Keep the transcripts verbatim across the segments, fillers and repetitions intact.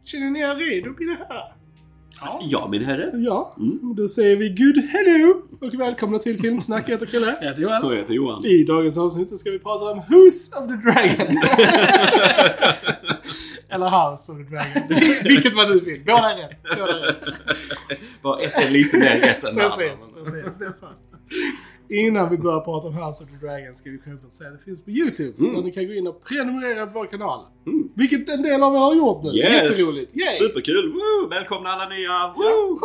Känner ni er redo vid det här? Ja, ja min herre. Ja, mm. Då säger vi good hello och välkomna till Filmsnack. Jag heter Kalle. Jag heter Johan. Och jag heter Johan. I dagens avsnitt ska vi prata om House of the Dragon. Eller House of the Dragon. Vilket man nu vill. Båda är rätt. Båda är rätt. Bara ett är lite mer rätt än precis, precis. Det är sant. Innan vi börjar prata om House of the Dragon ska vi självklart säga att det finns på YouTube. Mm. Där ni kan gå in och prenumerera på vår kanal. Mm. Vilket en del av er har gjort nu. Yes. Jätteroligt. Yay. Superkul. Woo. Välkomna alla nya. Woo.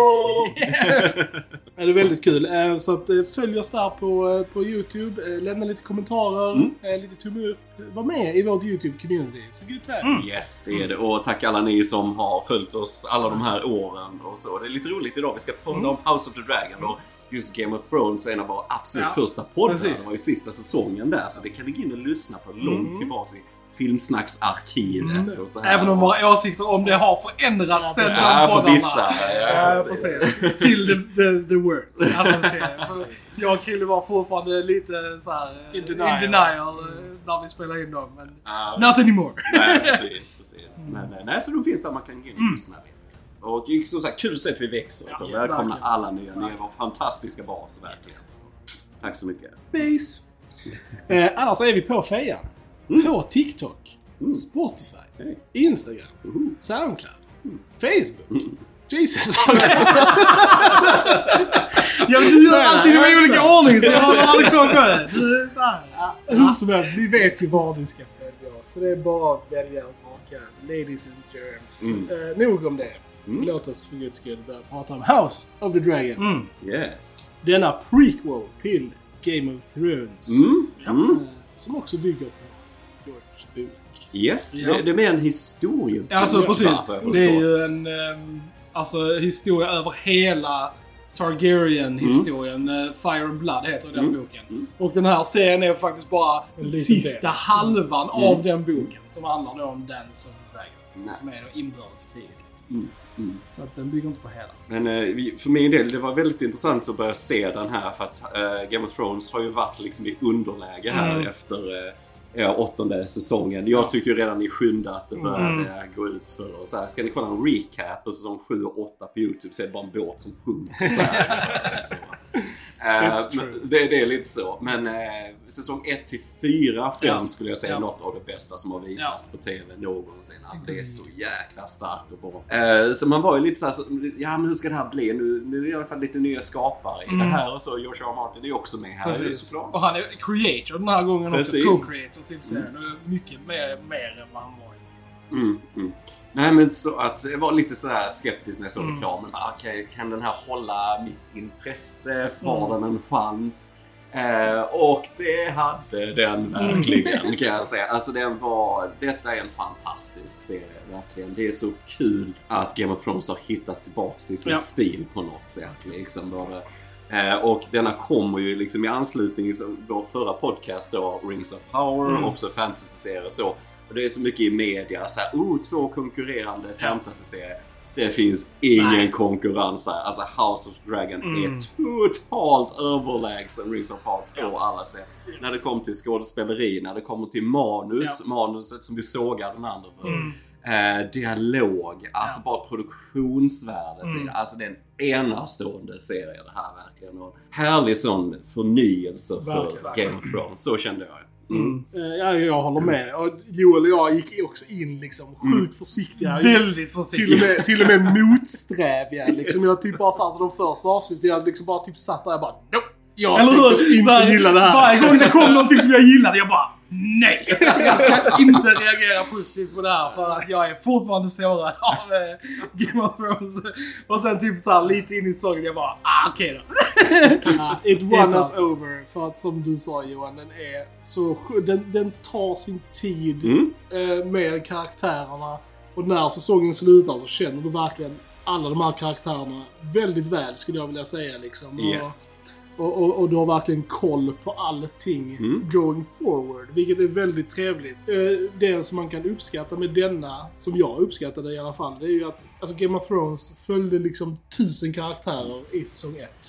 Det är väldigt kul. Så att följ oss där på, på YouTube. Lämna lite kommentarer. Mm. Lite tumme upp. Var med i vårt YouTube-community. Så good time. Mm. Yes, det är det. Och tack alla ni som har följt oss alla de här åren och så. Det är lite roligt idag. Vi ska prata mm. om House of the Dragon och just Game of Thrones var en av våra absolut ja. första poddar. Det var ju sista säsongen där, så det kan ni gå in och lyssna på långt mm. tillbaka i Filmsnacksarkivet mm. och så här. Även om våra åsikter om det har förändrats ja, sen ja, för poddarna. Vissa. Ja, ja, precis. precis. Till the, the, the worst. Alltså, till, jag och Krille var fortfarande lite så här in denial, in denial mm. när vi spelade in dem, men uh, not anymore. Nej, precis, precis. Mm. Nej, nej, nej, så de finns där man kan gå in och lyssna lite. Och så, så här, kul sätt vi växer. Ja, så yes, välkomna verkligen. Alla nya. Ni var fantastiska bas, verkligen. Tack så mycket. Base. eh, annars är vi på Fejan. Mm. På TikTok. Mm. Spotify. Hey. Instagram. Mm. Soundcloud. Mm. Facebook. Mm. Jesus. Ja, men du gör alltid i olika ordning, så jag har aldrig kommit på det. Du är så här. Ja, hur som helst, vi vet ju var ni ska följa oss. Så det är bara att välja och maka. Ladies and germs. Mm. Eh, nog om det. Mm. Låt oss för guds skull börja prata om House of the Dragon. Mm. Yes. Denna prequel till Game of Thrones. Mm. Mm. Äh, som också bygger på Georges bok. Yes, ja. det, det är mer en historia. Alltså precis. Det är ju en um, alltså, historia över hela Targaryen-historien. Mm. Fire and Blood heter den mm. boken. Mm. Och den här serien är faktiskt bara sista del. halvan mm. av den boken. Som handlar då om Dance of the Dragon. Nice. Som är då inbördeskriget. Mm. Mm. Så att den bygger inte på hela. Men eh, för min del, det var väldigt intressant att börja se den här. För att eh, Game of Thrones har ju varit liksom i underläge här mm. efter eh, ja, åttonde säsongen. Jag tyckte ju redan i sjunde att det började mm. gå ut för. Och så här, ska ni kolla en recap på säsong sju och åtta på YouTube, så är det bara en båt som sjunker. Så här, uh, det, det är lite så. Men uh, säsong ett till fyra fram ja. skulle jag säga ja. något av det bästa som har visats ja. på tv någonsin. Alltså det är så jäkla starkt och bra. Uh, så man var ju lite så här, så, ja men hur ska det här bli? Nu, nu är det i alla fall lite nya skapare mm. i det här och så. George R. R. Martin är också med här. Precis. Och han är creator den här gången också. Co-creator till serien. Mm. Mycket mer, mer än vad han var i. Mm, mm. Nej men så att jag var lite så här skeptisk när jag såg mm. reklamen. Okej, okay, kan den här hålla mitt intresse? Får mm. den en chans? Eh, och det hade den verkligen mm. kan jag säga. Alltså den var, detta är en fantastisk serie verkligen. Det är så kul att Game of Thrones har hittat tillbaka till sin ja. stil på något sätt liksom. Både Eh, och denna kommer ju liksom i anslutning till vår förra podcast då, Rings of Power, mm. också fantasy-serier och så. Och det är så mycket i media, så här, oh, två konkurrerande ja. fantasy-serier. Det finns ingen Nej. konkurrens här. Alltså House of Dragon mm. är totalt överlägsen Rings of Power på ja. alla sätt. När det kommer till skådespeleri, när det kommer till manus, ja. manuset som vi sågar den andra för. Mm. Eh, dialog, alltså ja. bara produktionsvärdet mm. alltså det är en enastående serie det här verkligen, och härlig sån förnyelse för verkligen, Game of Thrones, så kände jag. Mm. Mm. Ja, jag håller med. Och Joel och jag gick också in liksom sjukt försiktiga. Mm. Väldigt försiktiga. Till och med, till och med motsträviga liksom. Jag typ bara satt de första avsnitten, jag liksom bara typ satt där och bara nope. Jag Eller hur? Inte här, gilla det här. Varje gång det kom någonting som jag gillade, jag bara nej, jag ska inte reagera positivt på det här för att jag är fortfarande sårad av eh, Game of Thrones. Och sen typ så här, lite in i säsongen jag bara, ah okej okay då. uh, It won us over. För att som du sa Johan, den är så den, den tar sin tid mm. eh, med karaktärerna. Och när säsongen slutar så känner du verkligen alla de här karaktärerna väldigt väl, skulle jag vilja säga liksom. Yes. Och, och, och du har verkligen koll på allting mm. going forward. Vilket är väldigt trevligt. Det som man kan uppskatta med denna, som jag uppskattade i alla fall, det är ju att alltså Game of Thrones följde liksom tusen karaktärer i säsong ett.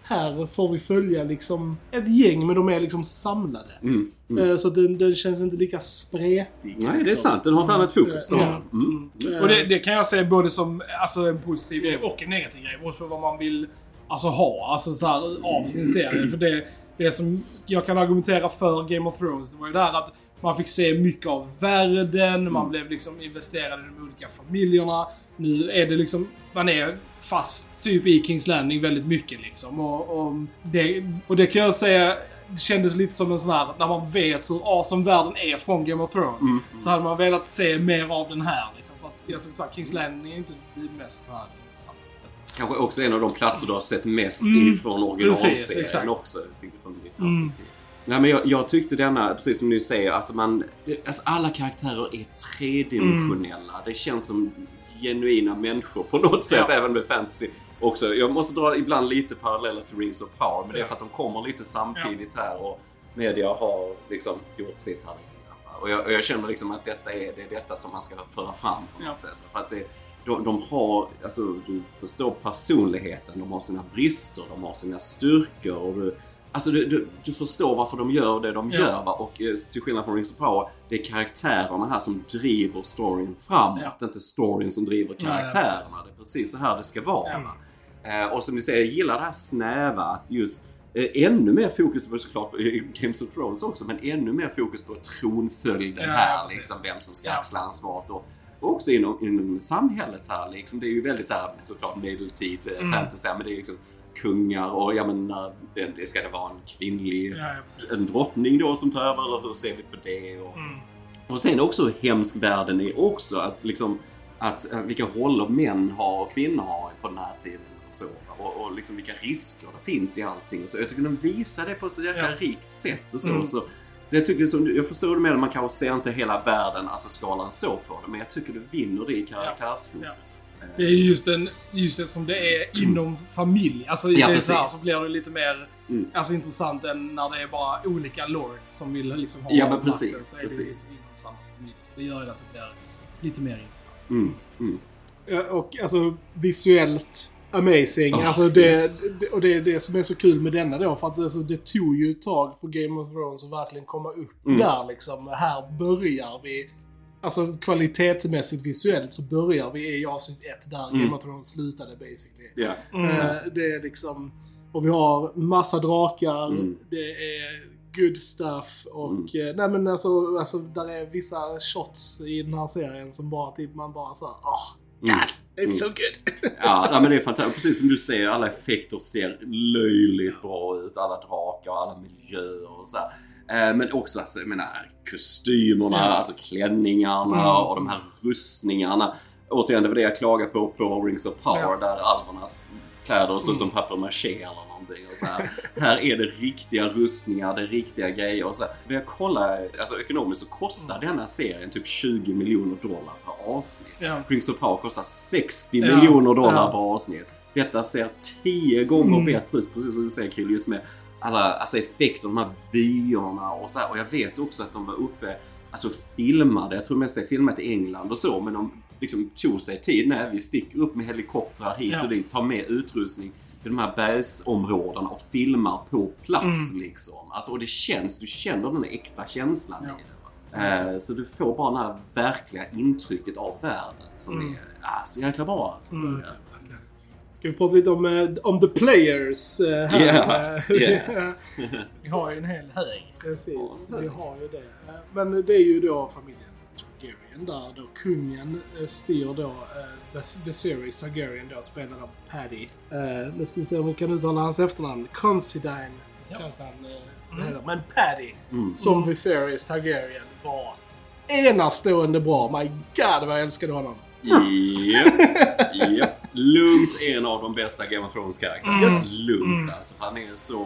här får vi följa liksom ett gäng, men de är liksom samlade. Mm, mm. Så att den, den känns inte lika spretig. Nej, det är liksom. sant. Den har ett annat fokus. Mm. Mm. Mm. Mm. Och det, det kan jag säga både som alltså, en positiv grej och en negativ grej. Beroende på vad man vill alltså, ha alltså, så här, av sin serie. För det, det som jag kan argumentera för Game of Thrones, det var ju det här att man fick se mycket av världen, mm. man blev liksom investerad i de olika familjerna. Nu är det liksom, man är fast typ i King's Landing väldigt mycket liksom. Och, och, det, och det kan jag säga, det kändes lite som en sån här, när man vet hur awesome världen är från Game of Thrones, mm. Mm. så hade man velat se mer av den här liksom. För att jag som sagt, King's Landing är inte det mest här intressant. Kanske också en av de platser du har sett mest mm. ifrån originalserien också. Jag tänkte från ditt perspektiv. Mm. Ja, men jag, jag tyckte denna, precis som ni säger, alltså man, alltså alla karaktärer är tredimensionella. Mm. Det känns som genuina människor på något sätt, ja. Även med fantasy också. Jag måste dra ibland lite paralleller till Rings of Power, men ja. Det är för att de kommer lite samtidigt ja. Här och media har liksom gjort sitt här. Och jag, och jag känner liksom att detta är, det är detta som man ska föra fram på något ja. Sätt. För att det, de, de har, alltså du förstår personligheten, de har sina brister, de har sina styrkor och du Alltså du, du, du förstår varför de gör det de ja. Gör, va? Och till skillnad från Rings of Power, det är karaktärerna här som driver storyn framåt, ja. Det är inte storyn som driver karaktärerna. Ja, det är precis så här det ska vara. Ja. Eh, och som ni säger, jag gillar det här snäva, att just eh, ännu mer fokus på såklart i Games of Thrones också, men ännu mer fokus på tronföljden ja, här, liksom vem som ska axla ansvaret och Och också inom, inom samhället här liksom, det är ju väldigt så här, såklart medeltid mm. fantasy, men det är liksom kungar och jag menar, det, det ska det vara en kvinnlig ja, ja, en drottning då som tar över, eller hur ser vi på det och, mm. och sen också hur hemsk världen är också, att liksom att vilka roller män har och kvinnor har på den här tiden och så, och, och liksom vilka risker det finns i allting och så. Jag tycker de visar det på så jäkla ja. rikt sätt och så, mm. så Så jag tycker som jag förstår det med att man kanske ser inte hela världen, alltså skalan så på det, men jag tycker du vinner det i karaktärsfokus. Ja. Ja. Det är just en just det som det är inom mm. familj. Alltså i ja, det så, här, så blir det lite mer mm. alltså, intressant än när det är bara olika lords som vill liksom ha ja, men precis, makten, så är precis. det liksom inom samma familj. Så det gör ju att det blir lite mer intressant. Mm. Mm. Ja, och alltså visuellt amazing. Oh, alltså det, yes. det, och det är det som är så kul med denna då, för att alltså, det tog ju ett tag för Game of Thrones att verkligen komma upp mm. där liksom. Här börjar vi, alltså kvalitetsmässigt visuellt så börjar vi i avsnitt ett där mm. Game of Thrones slutade basically. Yeah. Mm. Uh, det är liksom, och vi har massa drakar, mm. det är good stuff och mm. uh, nej men alltså, alltså där är vissa shots i den här serien som bara typ man bara såhär, åh, oh, god! Mm. It's mm. so good. Ja, nej, men det är fantastiskt. Precis som du säger, alla effekter ser löjligt bra ut. Alla drakar och alla miljöer och så här. Eh, men också, alltså, jag menar, kostymerna, ja. Alltså klänningarna mm. och de här rustningarna. Återigen, det var det jag klagade på på Rings of Power, ja. Där alvernas kläder såg mm. som papier-maché eller någonting. Och så här. Här är det riktiga rustningar, det är riktiga grejer. Och så här. Men jag kollar, alltså ekonomiskt så kostar mm. denna serien typ tjugo miljoner dollar per avsnitt. Ja. Rings of Power kostar sextio ja. miljoner dollar ja. per avsnitt. Detta ser tio gånger mm. bättre ut, precis som du säger Krill, just med alla alltså effekter, de här vyerna och så här. Och jag vet också att de var uppe, alltså filmade, jag tror mest det är filmat i England och så, men de liksom tog sig tid när vi sticker upp med helikoptrar hit ja. Och dit, tar med utrustning till de här bergsområdena och filmar på plats mm. liksom. Alltså, och det känns, du känner den äkta känslan ja. I det. Mm. Uh, så du får bara det här verkliga intrycket av världen som mm. är uh, så jäkla bra. Alltså. Mm. Ja. Ska vi prata lite om, uh, om the players uh, här? Yes, yes. Vi har ju en hel hög. Precis, vi har ju det. Uh, men det är ju då familjen Targaryen, där då kungen uh, styr då uh, the, the series Targaryen då, spelad av Paddy. Uh, nu ska vi se om vi kan uttala hans efternamn. Considine ja. Kanske han uh, mm. Men Paddy mm. som mm. Viserys Targaryen var enastående bra. My god vad jag älskade honom. Japp, japp. Lugnt en av de bästa Game of Thrones-karaktärerna. Yes. Lugnt mm. alltså, han är så...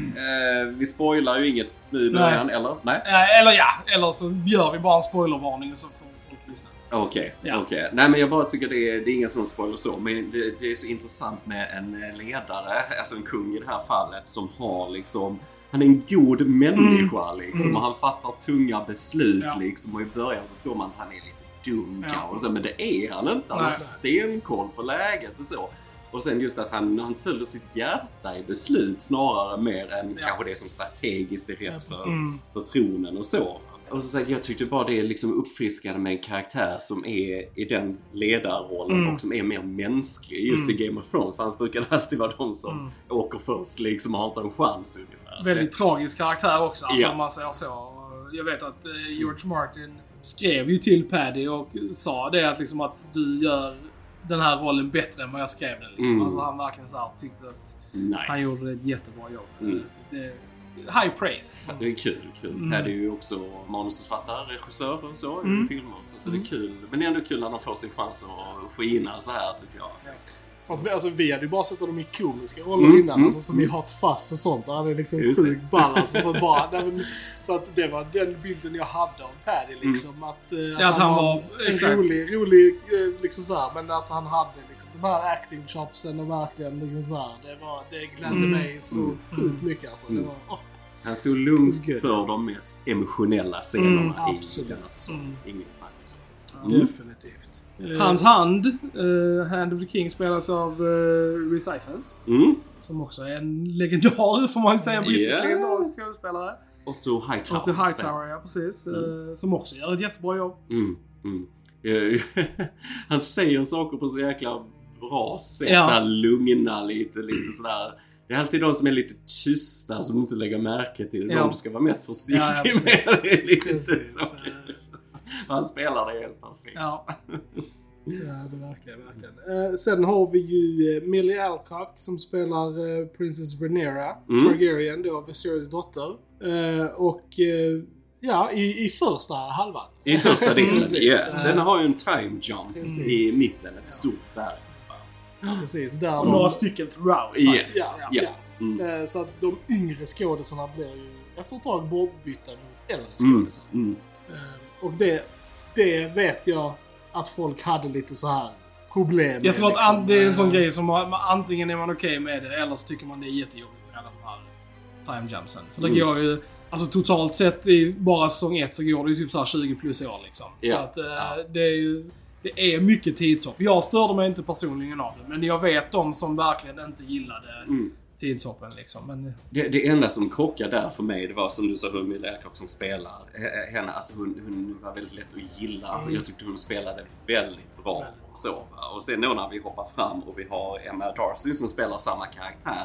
Eh, vi spoilar ju inget nu i början, Nej. eller? Nej? Eh, eller ja, eller så gör vi bara en spoilervarning så får folk lyssna. Okej, okay, ja. okej. Okay. Nej, men jag bara tycker det är, det är ingen sån spoiler så. Men det, det är så intressant med en ledare, alltså en kung i det här fallet, som har liksom... Han är en god människa mm. liksom, och han fattar tunga beslut ja. Liksom, och i början så tror man att han är lite dum ja. Kanske, men det är han inte. Han har stenkoll på läget och så. Och sen just att han, han följer sitt hjärta i beslut snarare mer än ja. kanske det som strategiskt är rätt ja, för, mm. för tronen och så. Och så sagt, jag tyckte bara det är liksom uppfriskande med en karaktär som är i den ledarrollen mm. och som är mer mänsklig. Just mm. i Game of Thrones, för han brukar alltid vara de som mm. åker först liksom och har inte en chans ungefär. Väldigt så. Tragisk karaktär också, alltså, ja. om man säger så. Jag vet att eh, George Martin skrev ju till Paddy och sa det att, liksom, att du gör den här rollen bättre än vad jag skrev den. Liksom. Mm. Alltså han verkligen så här, tyckte att nice. han gjorde ett jättebra jobb. Mm. Det, high praise. Ja, det är kul, kul. Mm. Här är ju också manusförfattare, regissör och så, mm. filmer och så, så mm. det är kul. Men det är ändå kul när de får sin chans att skina så här, tycker jag. Yes. För att vi, alltså, vi hade ju bara sett dem i komiska roller mm. innan, mm. alltså, som mm. i Hot Fuzz och sånt. Där hade liksom sjuk ball. Alltså, så, bara, nej, så att det var den bilden jag hade av Paddy. Liksom, mm. att, uh, ja, att, att han var, var en rolig, rolig uh, liksom så här, men att han hade liksom, de här acting chopsen och verkligen liksom, så här, det, var, det glädde mm. mig så mm. sjukt mycket. Alltså, mm. det var, oh. Han stod lugnt för de mest emotionella scenerna mm, i denna säsong. Mm. Ingen snack om så. Mm. Definitivt. Hans hand, uh, Hand of the King, spelas av uh, Rhys Ifans. Mm. Som också är en legendar, får man säga, en brittisk yeah. legendarisk skådespelare. Otto Hightower. Otto Hightower, ja precis. Mm. Uh, som också gör ett jättebra jobb. Mm. Mm. Han säger saker på så jäkla bra sätt. Ja. Han lugnar lite, lite sådär. Det är alltid de som är lite tysta som inte lägger märke till det. Ja. De ska vara mest försiktiga ja, ja, med det. Lite precis. Så. Han spelar det helt perfekt. Ja, ja det verkar verkligen. Eh, sen har vi ju eh, Millie Alcock som spelar eh, Princess Rhaenyra mm. Targaryen, då Viserys dotter. Eh, och eh, ja, i, i första halvan. I första delen, yes. Den har ju en time jump precis. I mitten, ett stort där. Ja, precis. Där och de, några stycken throughout. Yes. Ja, ja, ja. Ja. Mm. Så att de yngre skådesarna blir ju efter ett tag bortbytta mot äldre skådesar. Mm. Mm. Och det, det vet jag att folk hade lite så här problem med. Jag tror att liksom, det är en sån grej som man, antingen är man okej okay med det eller så tycker man det är jättejobbigt med alla de här time jumpsen. För det mm. går ju, alltså totalt sett i bara säsong ett så går det ju typ så här tjugo plus år liksom. Ja. Så att ja. det är ju det är mycket tidshopp. Jag störde mig inte personligen av det, men jag vet de som verkligen inte gillade mm. tidshoppen liksom. Men det, det enda som krockade där för mig, det var som du sa, hon Millie Alcock som spelar henne, alltså hon, hon var väldigt lätt att gilla mm. och jag tyckte hon spelade väldigt bra och så. Och sen då när vi hoppar fram och vi har Emma Darcy som spelar samma karaktär,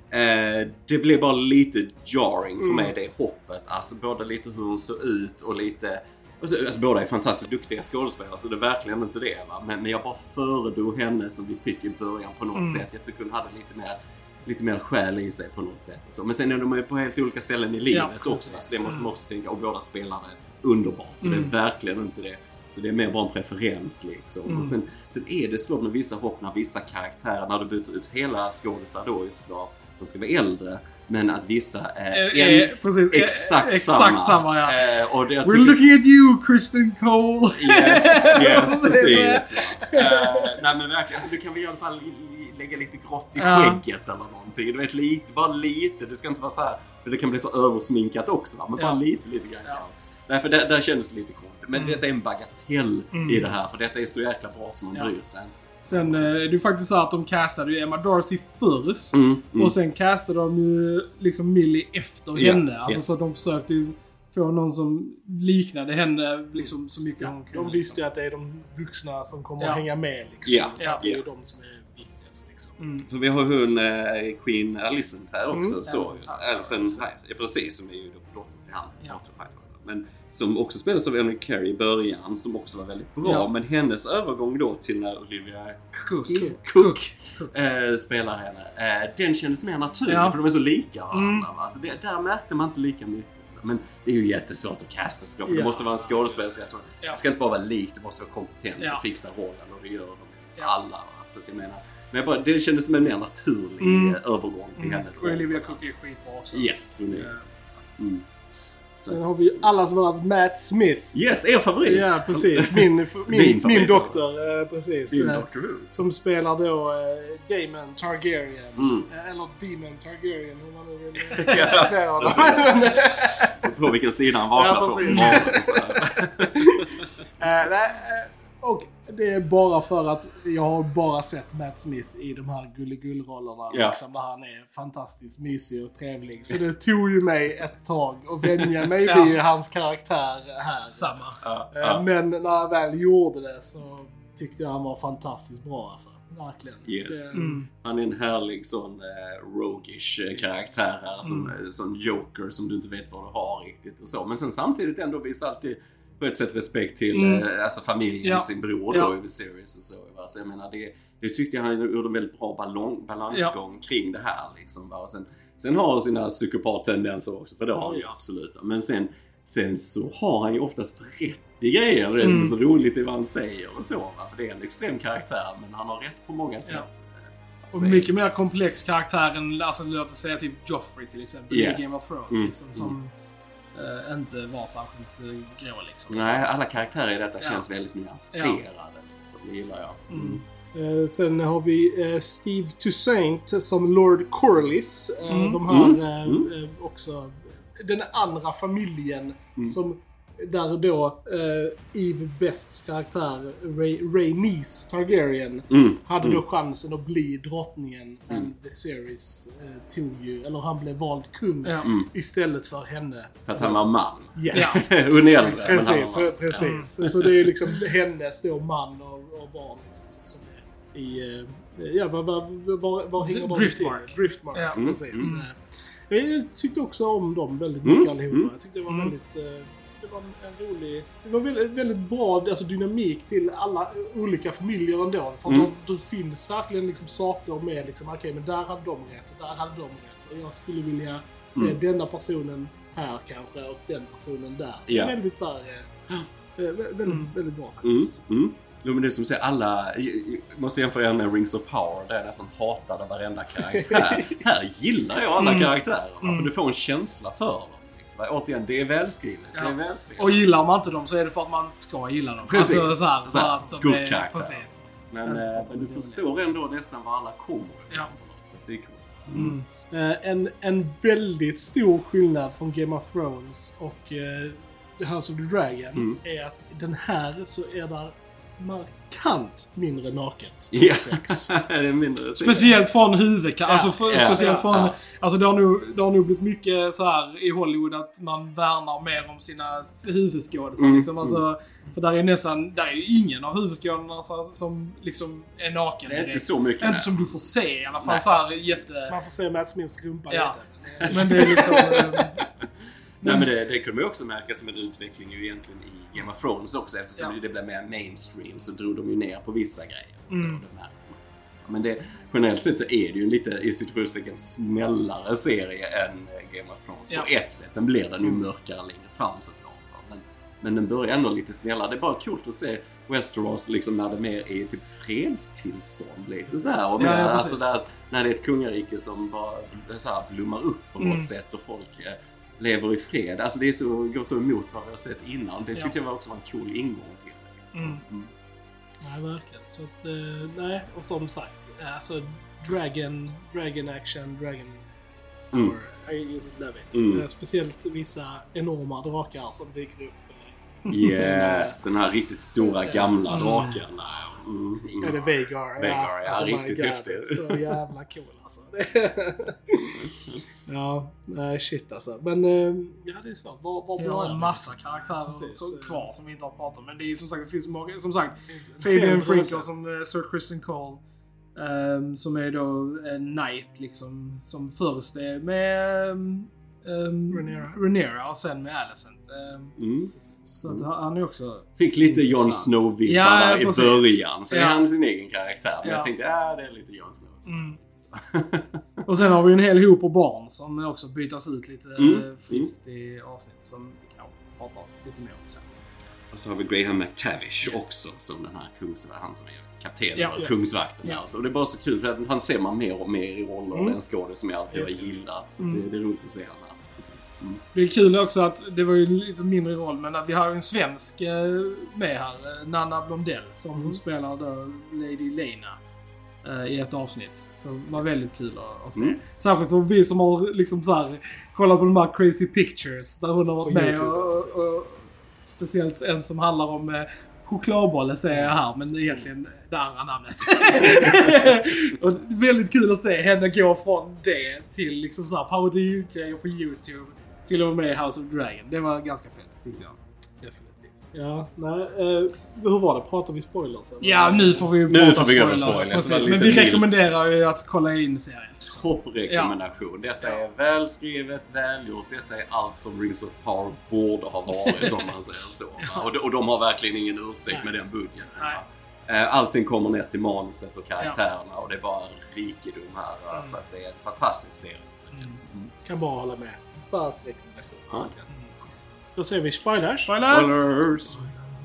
eh, det blev bara lite jarring för mm. mig, det hoppet. Alltså både lite hur hon såg ut och lite. Alltså, alltså, båda är fantastiskt duktiga skådespelare, så det är verkligen inte det, va? Men, men jag bara föredrog henne som vi fick i början på något mm. sätt. Jag tycker hon hade lite mer, lite mer själ i sig på något sätt. Och så. Men sen är de ju på helt olika ställen i livet ja, också. Så det måste man också tänka. Och båda spelade underbart. Så mm. det är verkligen inte det. Så det är mer bara en preferens liksom. Mm. Och sen, sen är det svårt med vissa hopp när vissa karaktärer, när du byter ut hela skådespelare då är såklart. De ska vara äldre. Men att vissa är eh, en, eh, precis, exakt, eh, exakt samma. samma ja. eh, och det, We're tycker, looking at you, Christian Cole. Yes, yes, precis. uh, nej men verkligen, alltså, du kan väl i alla fall lägga lite grått i ja. skägget eller någonting. Du vet, lite, bara lite. Det ska inte vara så här, för det kan bli för översminkat också, va? Men ja. bara lite, lite grann. Ja. Nej, för där, där kändes det lite konstigt. Men mm. detta är en bagatell mm. i det här, för detta är så jäkla bra som man ja. bryr sig. Sen är det ju faktiskt så att de castade ju Emma Darcy först mm, mm. och sen castade de ju liksom Millie efter yeah, henne. Alltså yeah. så att de försökte ju få någon som liknade henne liksom så mycket ja, hon kunde. De visste ju att det är de vuxna som kommer ja. att hänga med liksom. Yeah, så yeah. det är ju de som är viktigast liksom. Mm. För vi har hon äh, Queen Alicent här också. Mm. Så, Alicent här, ja, precis, som är ju dottern till han. Ja. Men som också spelades av Emily Carey i början, som också var väldigt bra. Ja. Men hennes övergång då till när Olivia Cook, Cook, Cook, Cook. Äh, spelar henne, äh, den kändes mer naturlig, ja. för de är så lika varandra. Mm. Alltså det, där märkte man inte lika mycket. Men det är ju jättesvårt att casta så, för ja. det måste vara en skådespelare som ja. det ska inte bara vara lik, det måste vara kompetent ja. och fixa rollen, och det gör de ja. alla. Så jag menar, men jag bara, det kändes som en mer naturlig mm. övergång till mm. hennes roll. Och Olivia Cook är skitbra också. Yes, hon är. Mm. Sen har vi ju allas vårat Matt Smith. Yes, er favorit. Ja, precis. Min, min, min doktor, äh, precis. Din doktor. Som spelar då äh, Daemon Targaryen. Mm. Äh, eller Demon Targaryen, hur man nu vill ja, säga det. På vilken sida han vaknar ja, på. äh, nej, äh, Och det är bara för att jag har bara sett Matt Smith i de här gulligull-rollerna. Ja. Liksom, där han är fantastiskt mysig och trevlig. Så det tog ju mig ett tag att vänja mig Ja. vid hans karaktär här. Samma. Ja, Eh, ja. Men när jag väl gjorde det så tyckte jag han var fantastiskt bra alltså. Verkligen. Yes. Det, Mm. Han är en härlig sån uh, roguish uh, karaktär här. Som, Mm. sån joker som du inte vet vad du har riktigt och så. Men sen samtidigt ändå visar alltid på ett sätt respekt till Mm. uh, alltså familjen, Ja. sin bror Ja. då i Viserys och så. Va? Så jag menar det, det tyckte jag han gjorde en väldigt bra ballong, balansgång ja. kring det här liksom. Va? Och sen, sen har han sina psykopat-tendenser också, för det har han ju absolut. Men sen, sen så har han ju oftast rätt i grejer. Det är mm. som är så roligt i vad han säger och så. Va? För det är en extrem karaktär, men han har rätt på många sätt. Ja. Och mycket mer komplex karaktär än, alltså låt oss säga typ Joffrey till exempel yes. i Game of Thrones mm. liksom, som uh, inte var särskilt uh, grå liksom. Nej, alla karaktärer i detta ja. känns väldigt nyanserade ja. liksom, det gillar jag. Mm. Uh, sen har vi uh, Steve Toussaint som Lord Corlys. Uh, mm. De har mm. uh, uh, också den andra familjen mm. som där då uh, Eve Bests karaktär Ray, Rhaenys Targaryen mm. hade mm. då chansen att bli drottningen mm. men Viserys uh, tog ju, eller han blev vald kung ja. mm. istället för henne. För att han var man. Yes. Hon är äldre, precis, men han var så, precis. Ja. Så det är liksom hennes då man och, och barn liksom, som är i, uh, ja vad var, var, var hänger de Driftmark. till? Driftmark, ja. mm. precis. Mm. Jag tyckte också om dem väldigt mycket mm. allihopa. Mm. Jag tyckte det var mm. väldigt... Uh, det var en rolig... Det var väldigt, väldigt bra alltså, dynamik till alla olika familjer ändå. För att mm. det, det finns verkligen liksom saker med liksom, okej, okay, men där hade de rätt och där hade de rätt. Och jag skulle vilja se mm. denna personen här kanske och den personen där. Det är ja. väldigt så här... Uh, väldigt, mm. väldigt bra faktiskt. Mm. Mm. Jo, men det är som säger, alla måste jämföra med Rings of Power där jag nästan hatade varenda karaktär. Här gillar jag alla mm. karaktärer, mm. för du får en känsla för dem. Liksom. Återigen, det är välskrivet. Ja. Det är välskrivet. Och gillar man inte dem så är det för att man ska gilla dem. Precis. Alltså, så här, så att Skuggkaraktär. Precis. Men, äh, men du förstår ändå nästan var alla kommer. Ja. Så det är coolt. Mm. Mm. Uh, en, en väldigt stor skillnad från Game of Thrones och uh, The House of the Dragon mm. är att den här så är där markant mindre naket. Ja, det är mindre. Speciellt från huvudka. Ja, alltså för, ja, speciellt ja, från... Ja. Alltså det har, nog, det har nog blivit mycket så här i Hollywood att man värnar mer om sina huvudskådespelare. Mm, liksom. Alltså, för där är nästan... Där är ju ingen av huvudskådespelarna som liksom är naken. Det är direkt. inte så mycket. Inte som du får se i alla fall. Så här, jätte... Man får se Matt Smiths rumpa ja. lite. Men det är liksom... Nej, men det, det kunde man också märka som en utveckling ju egentligen i Game of Thrones också, eftersom ja. det blev mer mainstream så drog de ju ner på vissa grejer. Så mm. det märker man. Men det, generellt sett så är det ju en lite i situationen snällare serie än Game of Thrones ja. på ett sätt. Sen blir den ju mörkare längre fram såklart. Men, men den börjar ändå lite snällare. Det är bara coolt att se Westeros liksom när det mer är typ fredstillstånd lite så här. Och mer, ja, ja, alltså där, när det är ett kungarike som bara så här, blommar upp på något mm. sätt och folk lever i fred. Alltså det är så, går så emot vad vi har sett innan. Det tyckte ja. jag också var en cool ingång till det. Liksom. Mm. Mm. Nej, verkligen. Så att, uh, nej, och som sagt, alltså Dragon, Dragon Action, Dragon Power, mm. I just love it. Mm. Uh, speciellt vissa enorma drakar som dyker upp. Uh, yes, den här riktigt stora gamla uh, draken. Mm. Mm. Är det Vhagar? Vhagar, ja. Alltså, riktigt häftigt. Så jävla cool alltså. ja, nej shit alltså. Men uh, ja, det är svårt. Var, var bra ja, en massa karaktärer som, kvar som vi inte har pratat om. Men det är som sagt, det finns många, som sagt, Fabian Frinkle som uh, Sir Kristen Cole. Um, som är då en knight liksom, som först är med um, Rhaenyra. Rhaenyra och sen med Alicent. Um, mm. Så att han är också... Fick lite Jon Snow-vibbar ja, där i precis. början. Så ja. är han sin egen karaktär. Men ja. jag tänkte, ja det är lite Jon Snow. Mm. Och sen har vi en hel hop av barn som också bytas ut lite mm. friskt i avsnitt som vi kan prata lite mer om sen. Och så har vi Graham McTavish yes. också som den här kungsvakten, han som är kaptenen ja, och ja. kungsvakten ja. där. Så det är bara så kul för att han ser man mer och mer i roller mm. den skådespelare som jag alltid har gillat. Så mm. det, det är roligt att se honom. Mm. Det är kul också att det var ju lite mindre roll, men att vi har en svensk med här, Nanna Blondell, som mm. spelar då Lady Lena i ett avsnitt. Så det var väldigt kul att, att se. Mm. Särskilt för vi som har liksom så här, kollat på de här Crazy Pictures där hon har varit med och, och, och speciellt en som handlar om chokladbollen säger jag här, men egentligen det andra namnet. Och det är väldigt kul att se henne gå från det till liksom så här parodigrejer på YouTube till och med House of Dragon. Det var ganska fett, tyckte jag. Ja, nej. Eh, hur var det? Pratar vi spoilers? Eller? Ja, nu får vi ju nu prata får vi spoilers. spoilers. Men vi milt. rekommenderar ju att kolla in serien. Topprekommendation. Ja. Detta är välskrivet, välgjort. Detta är allt som Rings of Power borde ha varit, om man säger så. Ja. Och, de, och de har verkligen ingen ursäkt Nej. med den budgeten. Nej. Allting kommer ner till manuset och karaktärerna ja. och det är bara rikedom här. Mm. Så att det är en fantastisk serie. Mm. Mm. Kan bara hålla med. Stark rekommendation. Ja. Då ser vi spoilers. Spoilers! Spoilers!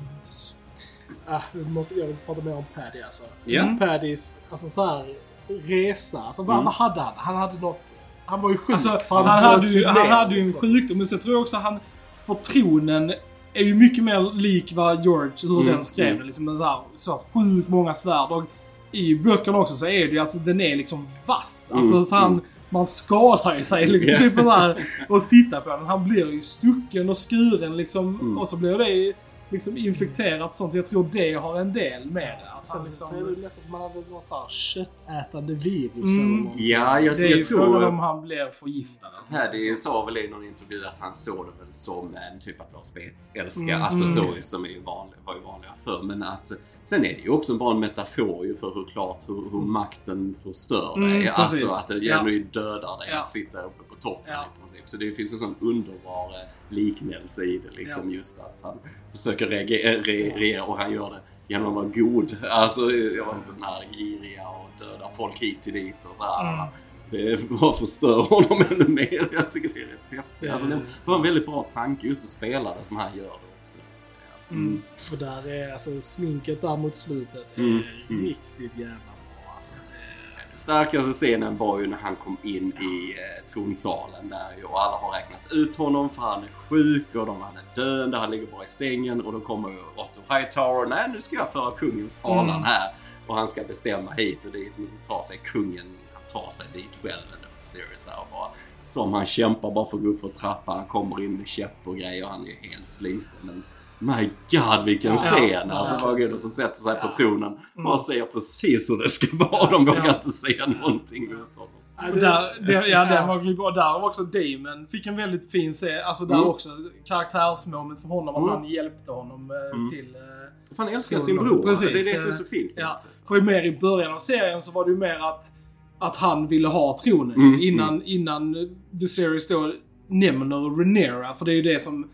Ah, vi måste, jag vill prata mer om Paddy alltså. Yeah. Paddys, alltså så här resa. Alltså vad, mm. vad hade han? Han hade något... Han var ju sjuk. Alltså, han, han, hade ju, han hade ju en sjukdom. Men så tror jag också att han... För tronen är ju mycket mer lik vad George, hur mm. den skrev mm. liksom. Så här, så sjukt många svärd. Och i böckerna också så är det ju alltså den är liksom vass. Alltså mm. så han... Mm. Man skadar ju sig liksom, yeah. typ där och sitta på den. Han blir ju stucken och skuren liksom. Mm. Och så blir det liksom infekterat sånt. Så jag tror det har en del med det. Alltså, liksom, så är det nästan som man hade något så här köttätande virus. Mm. Eller ja, jag, det är jag ju tror... frågan om han blev förgiftad. Paddy sa väl i någon intervju att han såg det väl som en typ att spet älskar. Mm. Alltså så som är ju vanlig, var ju vanliga förr. Men att sen är det ju också bara en metafor ju för hur klart hur, hur makten förstör dig. Mm, alltså att det gäller ju dödar dig ja. att sitta uppe på toppen ja. i princip. Så det finns en sån underbar liknelse i det liksom ja. just att han försöker reagera, reagera och han gör det genom att vara god. Alltså jag var inte den här giriga och döda folk hit och dit och så här. Mm. Det bara förstör honom ännu mer. Jag tycker det är rätt häftigt. Alltså, det var en väldigt bra tanke just att spela det som han gör det också. Mm. Mm. För där är alltså sminket där mot slutet är mm. riktigt jävla bra. Alltså, det... Starkaste scenen var ju när han kom in i eh, tronsalen där ju, och alla har räknat ut honom för han är sjuk och de han är döende, han ligger bara i sängen och då kommer ju Otto Hightower. Nej, nu ska jag föra kungens talan mm. här och han ska bestämma hit och dit, men så tar sig kungen ta sig dit själv seriöst och bara som han kämpar bara för att gå upp för trappan. Han kommer in med käpp och grejer och han är helt sliten. Men my god, vilken ja, scen! Alltså ja, bara Gud och så sätter sig ja. på tronen och mm. säger precis hur det ska vara. De vågar ja. inte säga någonting ut honom. Ja, där, det, ja, den var ju bra. Där var också Damon fick en väldigt fin se. Alltså där mm. också karaktärsmoment för honom att mm. han hjälpte honom mm. till... För han älskar sin bror. Precis. Det är det som är så fint. Ja. För mer i början av serien så var det ju mer att att han ville ha tronen mm, innan, mm. innan Viserys då nämner Rhaenyra. För det är ju det som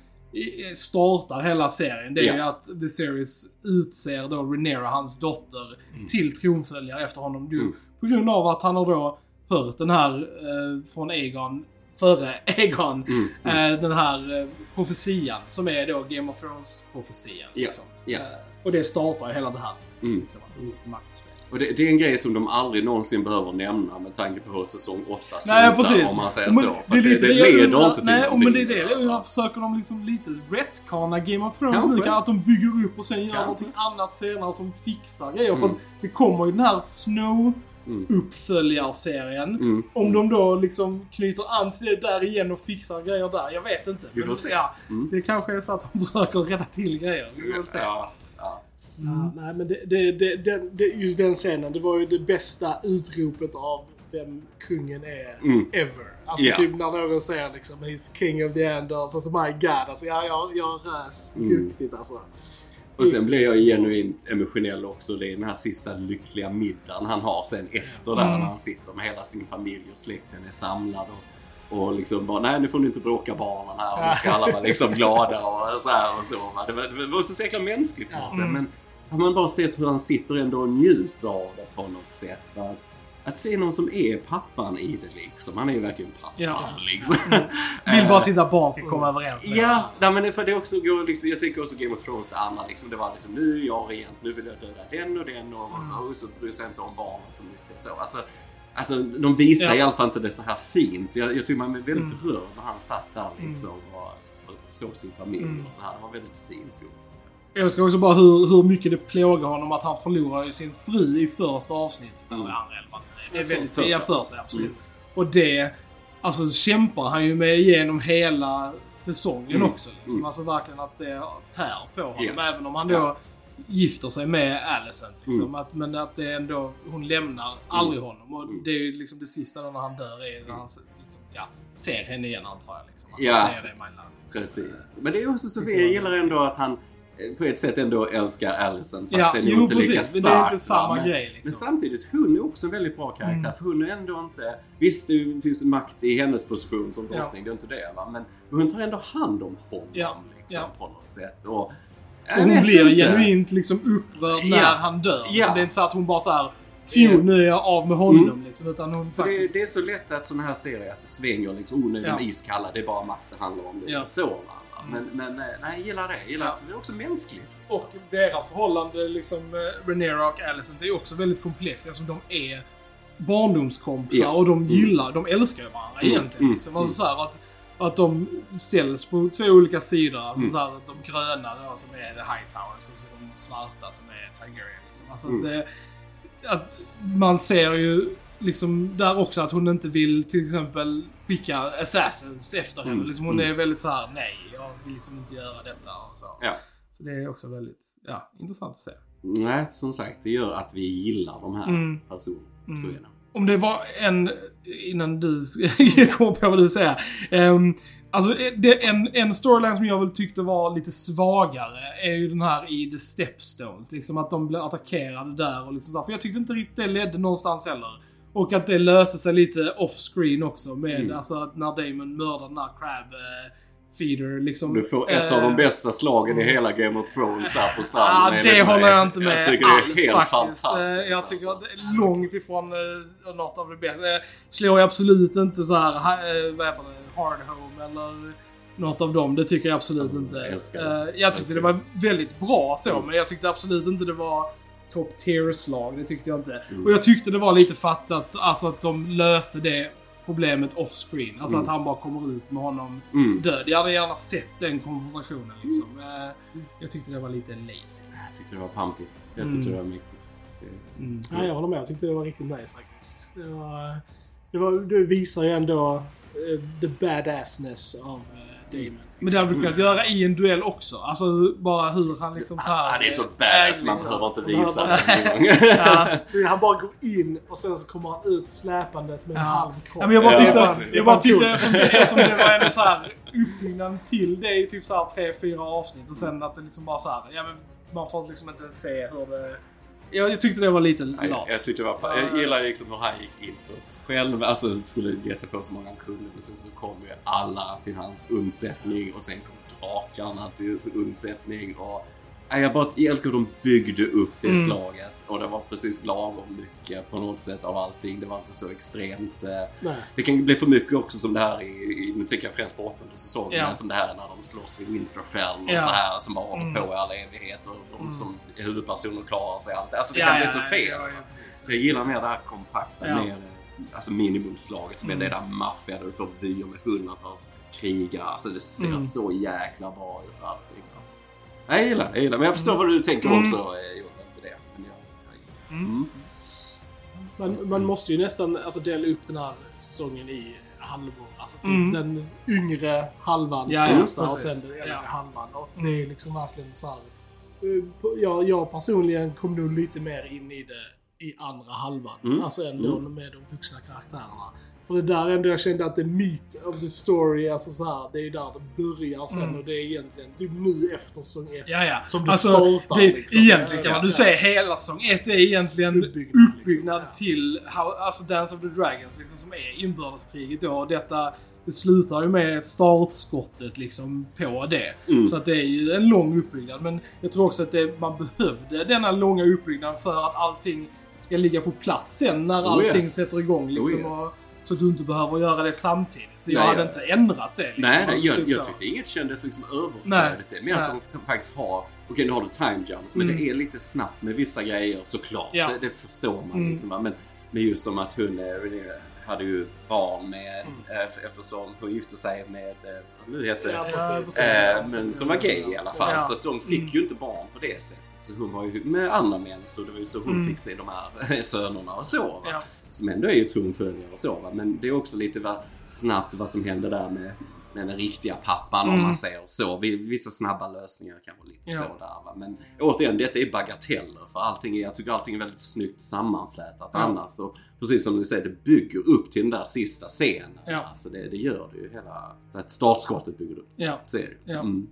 startar hela serien. Det är yeah. ju att Viserys utser då Rhaenyra, hans dotter, mm. till tronföljare efter honom. Mm. På grund av att han har då hört den här eh, från Aegon, före Aegon, mm, mm. Eh, den här eh, profetian som är då Game of Thrones profetian. Yeah. Liksom. Yeah. Eh, och det startar ju hela det här. Mm. Liksom, att maktspel. Och det, det är en grej som de aldrig någonsin behöver nämna med tanke på hur säsong åtta slutar, nej, precis. om man säger men, så. För det, det, det, det leder undrar, inte till nej, någonting. Men det är det. Jag försöker de liksom lite retcona Game of Thrones nu, att de bygger upp och sen gör Kanske. någonting annat senare som fixar grejer. Mm. För det kommer ju den här Snow mm. uppföljarserien. Mm. Om de då liksom knyter an till det där igen och fixar grejer där. Jag vet inte. Vi får men, se. Ja, mm. Det kanske är så att de försöker rätta till grejer. Vi får se. Ja, ja. Mm. Ja, nej, men det, det, det, det, det, just den scenen, det var ju det bästa utropet av vem kungen är mm. ever. Alltså yeah. typ när någon säger liksom he's king of the Andals, alltså my god, alltså jag, jag, jag rös mm. duktigt alltså. Och sen blir jag genuint emotionell också. Det är den här sista lyckliga middagen han har sen efter mm. där när han sitter med hela sin familj och släkten är samlad och Och liksom bara, nej nu får ni inte bråka barnen här och nu ska alla vara liksom glada och så här och så. Det var, det var så säkert mänskligt på något sätt. Men har man bara sett hur han sitter ändå och njuter av det på något sätt. För att, att se någon som är pappan i det liksom. Han är ju verkligen pappan ja. liksom. Mm. Vill bara sitta barn till att komma överens. Ja, nej, men för det också går liksom, jag tycker också Game of Thrones det andra liksom. Det var liksom, nu är jag rent, nu vill jag döda den och den och, mm. och så bryr sig inte om barnen så mycket så. Alltså, Alltså, de visar ja. i alla fall inte det så här fint. Jag, jag tycker man är väldigt mm. rörd när han satt där liksom och, och såg sin familj mm. och så här. Det var väldigt fint gjort. Jag ska också bara hur, hur mycket det plågar honom att han förlorar sin fru i första avsnittet. Mm. Det är väldigt första, första absolut. Mm. Och det, alltså kämpar han ju med igenom hela säsongen mm. också. Liksom. Mm. Alltså verkligen att det tär på honom. Yeah. Även om han då, gifter sig med Alicent liksom. Mm. Att, men att det ändå, hon lämnar aldrig Mm. honom. Och Mm. det är ju liksom det sista när han dör är när han liksom, ja, ser henne igen antar jag. Liksom. Att Ja. han säger det, my love. Liksom. Precis. Men det är också så jag gillar ändå att han på ett sätt ändå älskar Alicent. Fast Ja, det är nog jo, inte lika precis, starkt. men det är inte samma men, grej. Liksom. men samtidigt, hon är också en väldigt bra karaktär. Mm. För hon är ändå inte... Visst, det finns makt i hennes position som drottning. Ja. Det är inte det, va? Men hon tar ändå hand om honom Ja. liksom, Ja. på något sätt. Och, Och hon blir inte. genuint liksom upprörd när Ja. han dör. Ja. Liksom, det är inte så att hon bara så här, Fju, nu är jag av med honom. Mm. Liksom, utan hon För faktiskt... det, det är så lätt att sådana här serier att det svänger liksom. Oh, nu är de Ja. iskalla. Det är bara makt det handlar om. Det är Ja. så, va? Mm. Men, men nej, jag gillar det. Jag gillar Ja. att det är också mänskligt. Liksom. Och deras förhållande, liksom, eh, Rhaenyra och Alicent, är också väldigt komplext. Alltså, de är barndomskompisar Ja. och de Mm. gillar, de älskar ju varandra Mm. egentligen. Mm. Liksom. Alltså, så här, att, att de ställs på två olika sidor. Alltså, Mm. så här, att de gröna då, som är The Hightowers och så de svarta som är Targaryen. Liksom. Alltså, Mm. att, eh, att man ser ju liksom där också att hon inte vill till exempel skicka assassins efter henne. Mm. Liksom, hon Mm. är väldigt så här: nej, jag vill liksom inte göra detta och så. Ja. Så det är också väldigt, ja, intressant att se. Nej, som sagt, det gör att vi gillar de här Mm. personerna. Mm. Så är det. Om det var en, innan du kommer på vad du säger. Um, alltså det, en, en storyline som jag väl tyckte var lite svagare är ju den här i The Stepstones. Liksom att de blev attackerade där och liksom så. För jag tyckte inte riktigt det ledde någonstans heller. Och att det löser sig lite off-screen också med, Mm. alltså att när Daemon mördar den här crab eh, feeder liksom. Du får ett eh, av de bästa slagen i hela Game of Thrones där på stranden. Ja, enligt det mig. håller jag inte med Jag tycker det är alls, helt faktiskt. fantastiskt. Jag tycker alltså. att det är långt ifrån uh, något av det bästa. Det slår jag absolut inte så här, uh, vad heter det, Hard Home eller något av dem. Det tycker jag absolut Mm, inte. jag älskar det. Uh, jag tyckte älskar det var väldigt bra så, Mm. men jag tyckte absolut inte det var top tier-slag. Det tyckte jag inte. Mm. Och jag tyckte det var lite fattat, alltså att de löste det problemet off-screen. Alltså Mm. att han bara kommer ut med honom Mm. död. Jag hade gärna sett den konversationen liksom. Uh, jag tyckte det var lite lazy. Jag tyckte det var pampigt. Jag Mm. tyckte det var mäktigt. Det- Mm. Ja, jag håller med. Jag tyckte det var riktigt nice faktiskt. Det, var, det, var, det visar ju ändå uh, the badassness av uh, Daemon. Men det hade du kunnat göra i en duell också. Alltså bara hur han liksom så här. Han är så äh, badass, man liksom. behöver inte Han visa behöver- det en gång. Ja. Han bara går in och sen så kommer han ut släpandes med en Ja. halv kropp. Ja, men jag bara Ja, tyckte, fan, det är jag bara fan tyckte cool. som det, som det var en så här uppbyggnad till det i typ så här tre, fyra avsnitt och sen att det liksom bara så här, ja men man får liksom inte se hur det... Jag, jag tyckte det var lite Nej, lat. jag tyckte det var... Jag gillar liksom hur han gick in först själv. Alltså skulle ge sig på så många han kunde. Men sen så kom ju alla till hans undsättning. Och sen kom drakarna till hans undsättning. Och... Nej, jag bara jag älskar hur de byggde upp det Mm. slaget. Och det var precis lagom mycket på något sätt av allting. Det var inte så extremt... Eh... Nej. Det kan bli för mycket också som det här i... i nu tycker jag främst på åttonde säsongen. Ja. Men som det här när de slåss i Winterfell och Ja. så här som bara håller Mm. på i all evighet. Och de Mm. som är huvudpersoner klarar sig allt. Alltså det Ja, kan ja, bli så ja, fel. ja, ja, precis. Så jag gillar mer det här kompakta, Ja. mer alltså minimumslaget som Mm. är det där maffia där du får vyer med hundratals krigare. Alltså det ser Mm. så jäkla bra ut allting. Jag gillar det, jag gillar det. Men jag förstår Mm. vad du tänker Mm. också, eh, Johan, för det. Men jag, jag, Mm. mm. Man, man måste ju nästan alltså, dela upp den här säsongen i halvor. Alltså typ Mm. den yngre halvan Ja, ja, första och precis. sen den äldre Ja. halvan. Och Mm. det är liksom verkligen så här. eh, på- Jag, jag personligen kom nog lite mer in i det i andra halvan. Mm. Alltså ändå Mm. med de vuxna karaktärerna. För det där ändå jag kände att the meat of the story, alltså så här, det är ju där det börjar sen Mm. och det är egentligen typ nu efter säsong ett Ja, ja. som det Alltså, startar. det, liksom. egentligen kan Ja, man du ja. säga hela säsong ett är egentligen Uppbyggnad, uppbyggnad liksom. till how, alltså Dance of the Dragons liksom, som är inbördeskriget då. Och detta det slutar ju med startskottet liksom på det. Mm. Så att det är ju en lång uppbyggnad. Men jag tror också att det, man behövde denna långa uppbyggnad för att allting ska ligga på plats sen när Oh, allting yes. sätter igång. Liksom, Oh, yes. och, så att du inte behöver göra det samtidigt. Så jag Nej, hade jag- inte ändrat det. Liksom. Nej, nej Alltså, jag, typ jag så. tyckte inget kändes liksom Nej. överflödigt. Det är mer Nej. att de faktiskt har... Okej, nu har du time jumps, men Mm. det är lite snabbt med vissa grejer såklart. Ja. Det, det förstår man Mm. liksom. Va? Men, men just som att hon eh, Renée, hade ju barn med... Mm. Eh, eftersom hon gifte sig med... Eh, vad nu heter Ja, det? precis. Eh, men som var gay i alla fall. Ja. Så att de fick Mm. ju inte barn på det sättet. Så hon var ju med andra män. Så det var ju så hon Mm. fick se de här sönerna och så. Va? Ja. Som ändå är ju tronföljare och så. Va? Men det är också lite va, snabbt vad som händer där med med den riktiga pappan mm. om man säger så. Vissa snabba lösningar kan vara lite ja. så där. Va? Men återigen, detta är bagateller för allting är, jag tycker allting är väldigt snyggt sammanflätat ja. annars. Och precis som du säger, det bygger upp till den där sista scenen. Ja. Alltså det, det gör det ju hela, så att startskottet bygger upp. Ja. Så är det ju. Ja. Mm.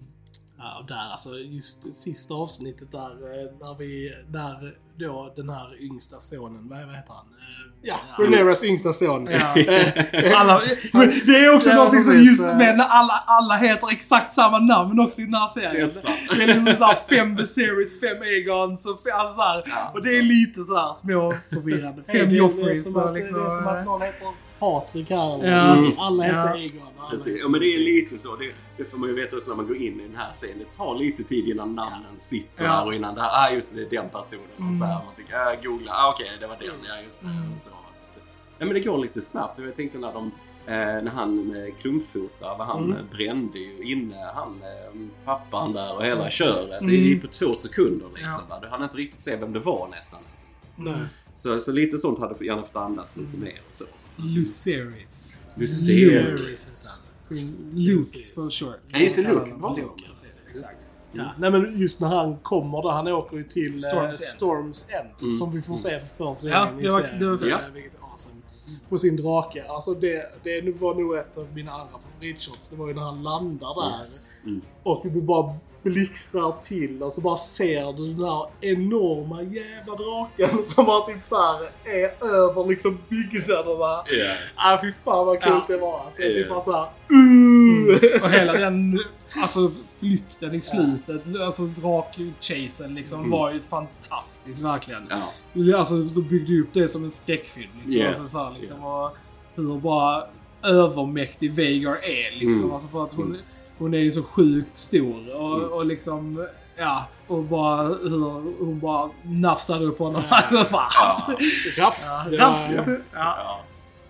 Ja, där alltså just sista avsnittet där när vi där då den här yngsta sonen, vad heter han? Ja, ja. Rhaenyras yngsta son. Ja. alla, men det är också någonting som just med när alla alla heter exakt samma namn också i den här serien. Nästa. Det är liksom så här fem Viserys, fem Aegon så alltså så här, ja. och det är lite så här små förvirrande. Fem Joffreys så liksom. Det är som att någon heter Patrik här. Ja. Mm. Alla heter ja. Aegon. Precis. Ja, men det är lite så. Det, det får man ju veta också när man går in i den här scenen. Det tar lite tid innan namnen ja. sitter ja. och innan det här, ah just det, det är den personen. Mm. Och så här, man fick ah, googla, ah okej, okay, det var den, ja just det. Mm. Så. Ja, men det går lite snabbt. Jag tänkte när de, eh, när han med klumpfotar, vad han mm. brände ju inne, han, eh, pappan där och hela mm. köret. Mm. Det är på två sekunder liksom. Ja. Du hann inte riktigt se vem det var nästan. Alltså. Mm. Så, så lite sånt hade gärna fått andas lite mm. mer och så. Lucerys. Lucerys. Luke for short. Ja, just det, Luke. Ja, Luke, precis, exakt. Ja, nej men just när han kommer där, han åker ju till Storm's End, Storm's End mm. som vi får se för första gången ja, det var, det var i serien, vilket är awesome. På sin drake. Alltså det, det var nog ett av mina andra favoritshots. Det var ju när han landar där yes. mm. och du bara blixtrar till och så bara ser du den här enorma jävla draken som bara typ såhär är över liksom byggnaderna. Yes. Ah, fy fan vad kul ja. det var. Så yes. typ bara såhär mm. och hela den alltså flykten i slutet ja. alltså drakchasen liksom mm. var ju fantastisk verkligen. Ja. Alltså då byggde upp det som en skräckfilm liksom, yes. alltså, så här, liksom yes. och hur bara övermäktig Vhagar är liksom mm. alltså för att hon mm. hon är ju så sjukt stor och, mm. och liksom ja och bara hur hon bara nafsade upp honom ja. bara rafs ja, rafs ja. ja. ja.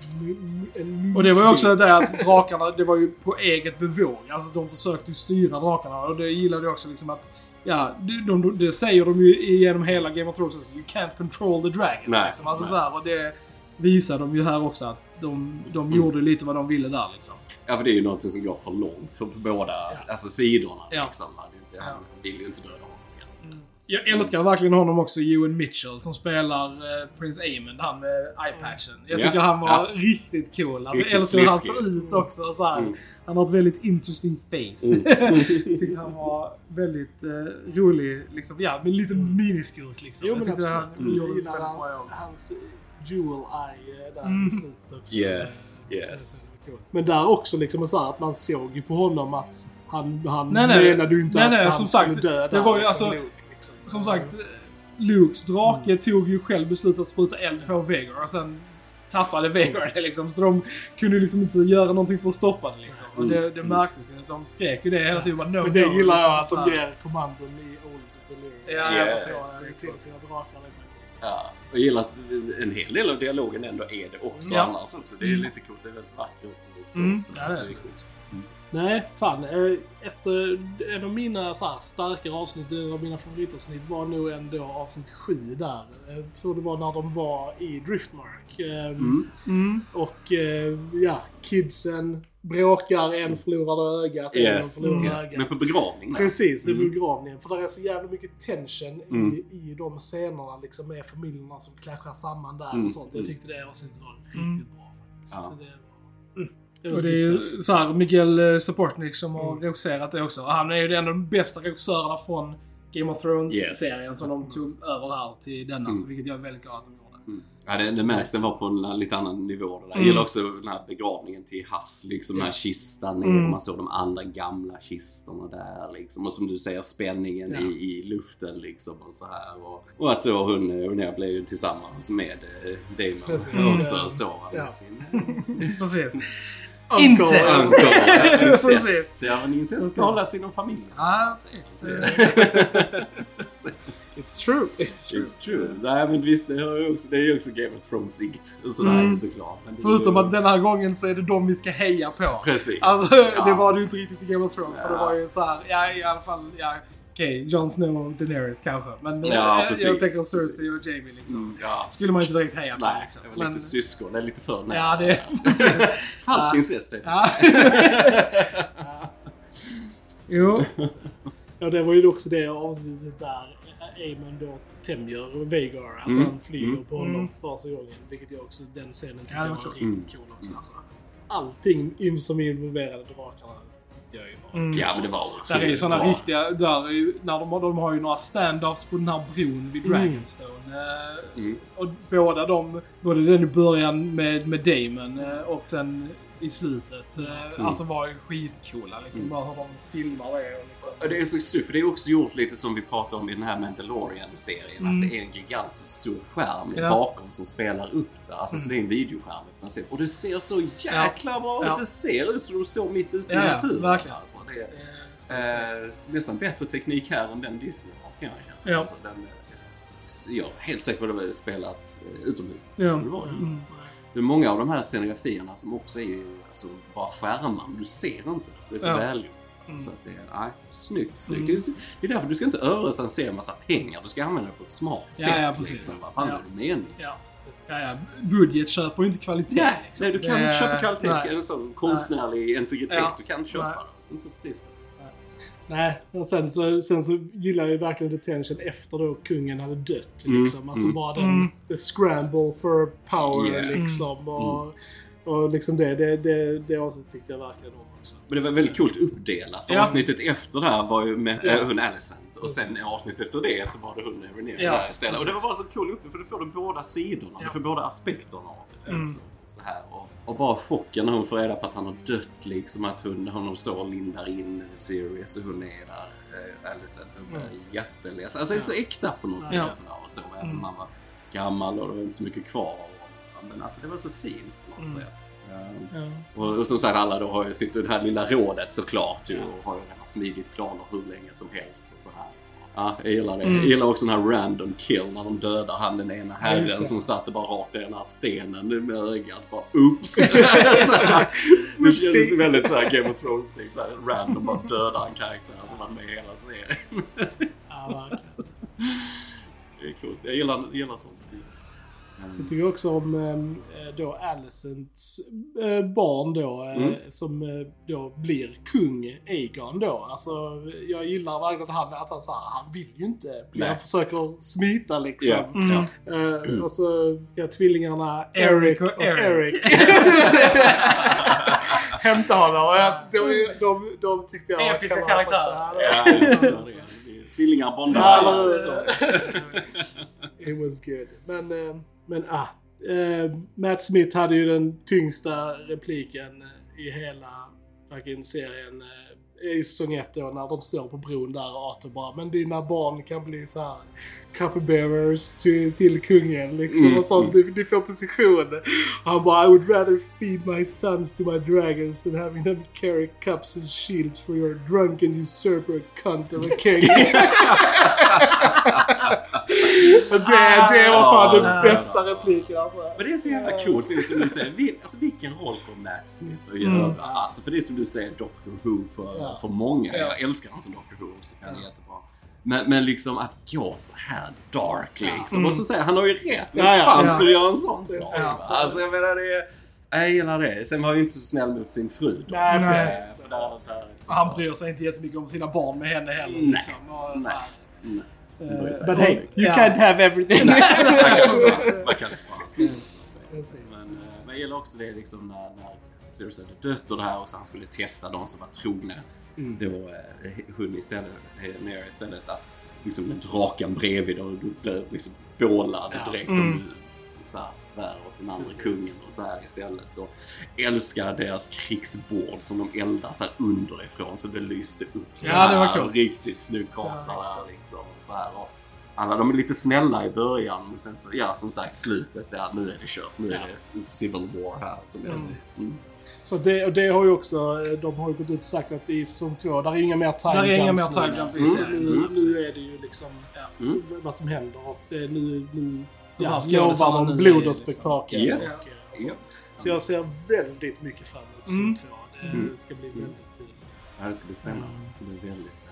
Och det var ju också det att drakarna, det var ju på eget bevåg. Alltså de försökte ju styra drakarna och det gillade jag också liksom att ja, de, de, det säger de ju genom hela Game of Thrones, you can't control the dragon. Nej, liksom. Alltså nej. Så här, och det visar de ju här också att de, de mm. gjorde lite vad de ville där liksom. Ja, för det är ju något som går för långt för på båda ja. alltså, sidorna ja. liksom. Han, inte, han vill ju inte döda honom. Mm. Jag älskar verkligen honom också, Ewan Mitchell som spelar eh, Prince Aemond, han med eye-patchen. Jag tycker ja. han var ja. riktigt cool. Alltså, jag älskar hur han ser ut också. Så här. Mm. Han har ett väldigt interesting face. Mm. tycker han var väldigt eh, rolig. Liksom, ja, men lite miniskurk liksom. Jo, men jag tyckte han mm. gjorde väldigt bra. Hans jewel eye där mm. i slutet också. Yes, yes. Cool. Men där också liksom så här, att man såg ju på honom att han, han nej, nej. menade ju inte nej, nej, att han som skulle dö där. Det var ju liksom, alltså, Luke, liksom. Som sagt, Lukes drake mm. tog ju själv beslutat att spruta eld på Vhagar och sen tappade Vhagar det liksom. Så de kunde liksom inte göra någonting för att stoppa det liksom. Mm. Och det, det märktes ju att de skrek ju det hela tiden. No, men det no, gillar jag liksom, att de ger kommandon i Old Valyria. Ja, yes. precis. Till sina drakar. Ja, och jag gillar att en hel del av dialogen ändå är det också ja. annars också. Det är mm. lite coolt, det är väldigt vackert. Mm. Ja, det är coolt. Mm. Nej, fan. Ett, en av mina så här, starkare avsnitt, en av mina favoritavsnitt var nog ändå avsnitt sju där. Jag tror det var när de var i Driftmark. Mm. Mm. Och ja, kidsen bråkar, en förlorade ögat, yes. en förlorade yes. ögat. Men på begravningen. Precis, det är mm. begravningen. För det är så jävla mycket tension mm. i, i de scenerna liksom, med familjerna som clashar samman där mm. och sånt. Jag tyckte det avsnittet var mm. riktigt bra faktiskt. Ja. Det var, mm. det och det är ju så här, Miguel Sapochnik som har mm. regisserat det också. Han är ju en av de bästa regissörerna från Game of Thrones-serien yes. som de tog över här till denna. Mm. Så vilket jag är väldigt glad att de gjorde. Mm. Ja, det, det märks den var på en lite annan nivå. Jag mm. gillar också den här begravningen till havs, liksom yeah. den här kistan ner. Mm. Man såg de andra gamla kistorna där liksom. Och som du säger, spänningen yeah. i, i luften liksom och så här. Och, och att då hon, hon jag blev ju tillsammans med eh, Daemon. Precis. Också Mm. så. Ja. Sin... Precis. Incest! Incest! Incest! Ja, men incest hållas inom familjen. Ja, precis. It's true. It's true. It's true. Nej, men visst, det är också, det är också Game of Thrones-sikt. Sådär, mm. såklart. Men förutom ju... att den här gången så är det de vi ska heja på. Precis. Alltså, ja. det var det ju inte riktigt i Game of Thrones. Ja. För det var ju så här, ja, i alla fall, ja, okej, okay, Jon Snow och Daenerys kanske. Men ja, jag, precis, jag tänker Cersei och Jaime liksom. Mm, ja. Skulle man inte direkt heja på. Nej, liksom. det var lite men, syskon. Det är lite för nära. Ja, det är precis. Halvt incest. Ja. Ja. Jo. Ja, det var ju också det avsnittet där Aemon då tämjer Vhagar. Att Mm. han flyger Mm. på honom Mm. första gången. Vilket jag också, den scenen tyckte Ja, jag det var var riktigt mm. cool också. Alltså, allting in som involverade drakarna tyckte jag ju var Mm. Ja, men det var Där är ju sådana bra. riktiga, där är ju, när de, de har ju några stand-offs på den här bron vid Mm. Dragonstone. Eh, Mm. Och båda de, både den i början med, med Daemon eh, och sen i slutet, eh, Mm. alltså var ju skitcoola liksom. Mm. Bara hur de filmar det och liksom. Och det är så stort, för det är också gjort lite som vi pratade om i den här Mandalorian-serien. Mm. Att det är en gigantisk stor skärm Ja. bakom som spelar upp det. Alltså Mm. så det är en videoskärm. Man ser. Och det ser så jäkla bra ut. Ja. Det ser ut som de står mitt ute Ja, i ja, naturen. verkligen. Alltså, det är eh, nästan bättre teknik här än den Disney har, kan jag känna. Ja. Alltså, den, eh, jag är helt säker på att det var spelat eh, utomhus. Ja. Så det var ju. Mm. Det är många av de här scenografierna som också är ju, alltså, bara skärmar, men du ser inte det. Det är så Ja. välgjort. Mm. Så att det är, nej, snyggt, snyggt. Mm. Det, är, det är därför du ska inte översansera en massa pengar. Du ska använda det på ett smart Ja, sätt. ja, precis. Liksom. Vad fan Ja. är det mening? Ja. Ja, ja. Budget köper ju inte kvalitet. Nej, liksom. nej, du kan Det- inte köpa kvalitet. nej. En sån konstnärlig integritet. Ja. Du kan inte köpa Nej. det. Du kan inte sätta pris på det. Nej, och sen så, sen så gillar jag ju verkligen detention efter då kungen hade dött. Mm, Liksom. Alltså mm. bara den Mm. the scramble for power Yes. liksom. Och, och liksom det, det, det, det avsnittet tyckte jag verkligen om också. Men det var väldigt coolt uppdelat. För Ja. avsnittet efter det här var ju med Ja. äh, hon Alicent. Och sen i avsnittet efter det så var det hon Rhaenyra Ja, där istället. Och det var precis. bara så cool uppe för du får du båda sidorna. Ja. Du får båda aspekterna av det. Mm. Så, så här. Och, och bara chocken när hon får reda på att han har dött. Liksom att hon, hon står och lindar in Sirius och hon är där. Äh, Alicent och är Mm. jätteledsen. Alltså det är så äkta på något Ja. sätt. Va? Och så även Mm. man var gammal och det var inte så mycket kvar. Och, men alltså det var så fint på något Mm. sätt. Um, Ja. och, och som sagt, alla då har ju sitt i det här lilla rådet såklart ju, Ja. och har ju redan smidit planer hur länge som helst och så här. Ja, jag gillar det. Mm. Jag gillar också den här random kill när de dödar han den ena Ja, just herren det. som satte bara rakt i den här stenen med ögat. Bara oops! Så här. Det kändes väldigt så här Game of Thrones, så här, random bara dödar en karaktär som var med i hela serien. Ja, verkligen. Det är coolt. Jag gillar, jag gillar sånt. Så jag tycker också om eh, då Alicents eh, barn då, eh, Mm. som eh, då blir kung, Aegon då. Alltså, jag gillar verkligen att han, att han, så här, han vill ju inte bli, Nej. han försöker smita liksom. Ja, Mm. ja. Eh, och så ja, tvillingarna Eric Eric och och Eric. Eric. Hämta honom. Och jag, de, de, de tyckte jag Episka kan vara så karaktärer. här. Ja, just det. Det är tvillingar bondas. Ja, Alltså. It was good. Men, eh, men ah. Eh, Matt Smith hade ju den tyngsta repliken eh, i hela fucking serien eh, i säsong ett då, när de står på bron där och Arthur bara, men dina barn kan bli så här cupbearers till, till kungen liksom, Mm, och sånt. Du, du får position. Och han bara, I would rather feed my sons to my dragons than having them carry cups and shields for your drunken usurper cunt of a king. Och det, det var fan den Ah. bästa repliken alltså. Men det är så jävla coolt, det är som du säger. Vi, alltså vilken roll får Matt Smith att göra? Mm. Alltså för det är som du säger, Doctor Who för, Ja. för många. Ja. Jag älskar honom som Doctor Who också, han är Ja. jättebra. Men, men liksom att gå så här dark liksom. Mm. Och så säger han har ju rätt. Vem Ja, ja. fan Ja. skulle göra en sån sak? Ja. va? Alltså jag menar det är... Jag gillar det. Sen var han ju inte så snäll mot sin fru då. Nej, Nej. precis. För där, där, Han bryr sig inte jättemycket om sina barn med henne heller. Nej. Liksom. Och så Nej. här. Nej. Eh, bryr sig. But hey, you Ja. can't have everything. Man kan man kan Precis. Men, eh, men jag gillar också det liksom när, när Sirius hade dött och det här och så han skulle testa de som var trogna. Mm. Det var eh, hon istället, ner istället att liksom med draken bredvid och du blev liksom bålad Ja. direkt Mm. om du s- så här svär åt den andra Precis. kungen och så här istället. Och älskar deras krigsbord som de eldar så här underifrån så det lyste upp så Ja, det var här. coolt. Riktigt snygg karta Ja, där liksom. Så här, och alla de är lite snälla i början men sen så, ja som sagt slutet, ja, nu är det kört. Nu är det Civil War här som är Precis. mm. Så det, och det har ju också, de har ju gått ut och sagt att i säsong två, där är inga mer time Där är inga jumps mer nu. time jump i Nu- serien. Nu, Mm, nu precis. är det ju liksom Ja. Mm. vad som händer och det är nu, nu De här ja, skådespelarna lovar nu de är blod och liksom- spektakel. Yes. Och, och så. Ja. så jag ser väldigt mycket fram emot säsong Mm. två. Det Mm. ska bli väldigt kul. Ja, det ska bli spännande. Det ska bli väldigt spännande.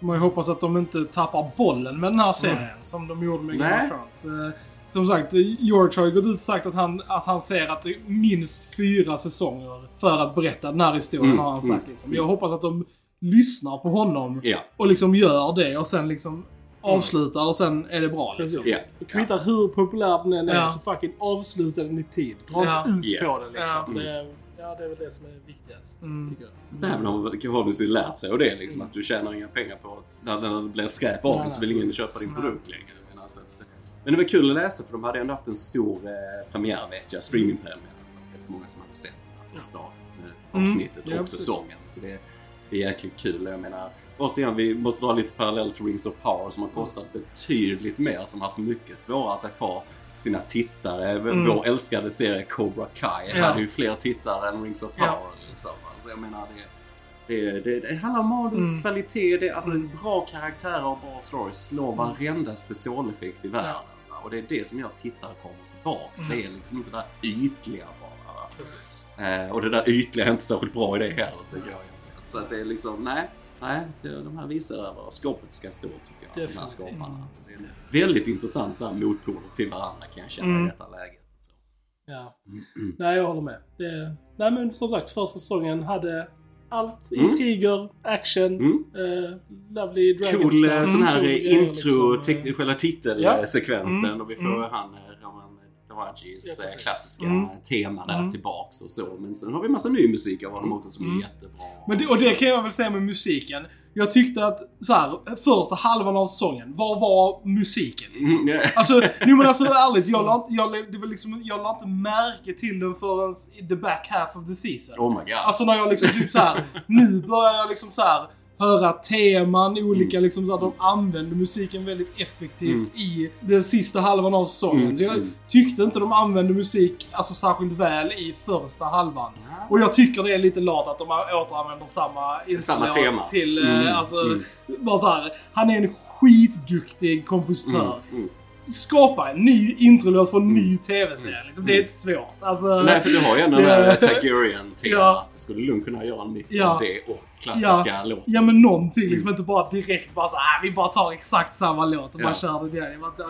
Man hoppas att de inte tappar bollen med den här serien mm. som de gjorde med Game of Thrones. Som sagt, George har ju gått ut och sagt att han, att han ser att det är minst fyra säsonger för att berätta den här historien, mm. har han sagt. Liksom. Jag hoppas att de lyssnar på honom ja. och liksom gör det och sen liksom avslutar och sen är det bra. Liksom. Yeah. Det kvittar ja. hur populär den är, ja. så fucking avslutar den i tid. Dra ja. inte ut yes. på den liksom. Ja. Det är, ja, det är väl det som är viktigast, mm. tycker jag. Nej, men de har ju lärt sig och det liksom mm. att du tjänar inga pengar på att när den blir skräp av så vill ingen köpa din produkt längre. Men, alltså, men det var kul att läsa för de hade ändå haft en stor eh, premiär, vet jag, streamingpremiär. Det var många som hade sett nästa mm. avsnittet mm. och säsongen. Så det, det är jäkligt kul. Jag menar, återigen, vi måste dra lite parallell till Rings of Power som har kostat betydligt mer, som har haft mycket svårare att ha kvar sina tittare. Mm. Vår älskade serie Cobra Kai ja. hade ju fler tittare än Rings of Power. Ja. Liksom. Så jag menar, det, det, det, det handlar om manus, mm. kvalitet, det, alltså mm. bra karaktärer och bra stories slår varenda specialeffekt i världen. Ja. Och det är det som jag tittar kommer tillbaks. Mm. Det är liksom inte det där ytliga bara. Precis. Eh, och det där ytliga är inte särskilt bra i det heller, tycker jag. Så att det är liksom, nej, nej det, de här visar var skåpet ska stå, tycker jag. De här skaparna. Mm. Det är väldigt intressant så här motpoler till varandra, kan jag känna mm. i detta läget. Så. Ja, mm. nej jag håller med. Det, nej men som sagt, första säsongen hade allt, mm. intriger, action, mm. uh, lovely dragon cool stars, sån här cool intro, liksom, te- själva titelsekvensen ja. och vi får mm. han Roman Darajis ja, klassiska mm. tema där mm. tillbaks och så, men sen har vi massa ny musik av honom också som mm. är jättebra. Men det, och det kan jag väl säga med musiken. Jag tyckte att så här, första halvan av säsongen, vad var musiken? Liksom? Mm, yeah. Alltså, nu men alltså ärligt, jag la, jag, det var liksom, jag la inte märke till den förrän i the back half of the season. Oh my god. Alltså när jag liksom typ så här, nu börjar jag liksom så här höra teman, olika mm. liksom så att de använder musiken väldigt effektivt mm. i den sista halvan av säsongen. Mm. Så jag tyckte inte de använde musik alltså särskilt väl i första halvan. Mm. Och jag tycker det är lite lat att de återanvänder samma samma tema till mm. alltså mm. bara så här, han är en skitduktig kompositör. Mm. Mm. Skapa en ny introlåt för en ny tv-serie. Liksom. Det är inte svårt. Alltså, nej, för du har ju ändå den här Targaryen till ja. att det skulle lugnt kunna göra en mix ja. av det och klassiska ja. låtar. Ja, men någonting. Liksom inte bara direkt bara så här, vi bara tar exakt samma låt och ja. bara kör det där. Okej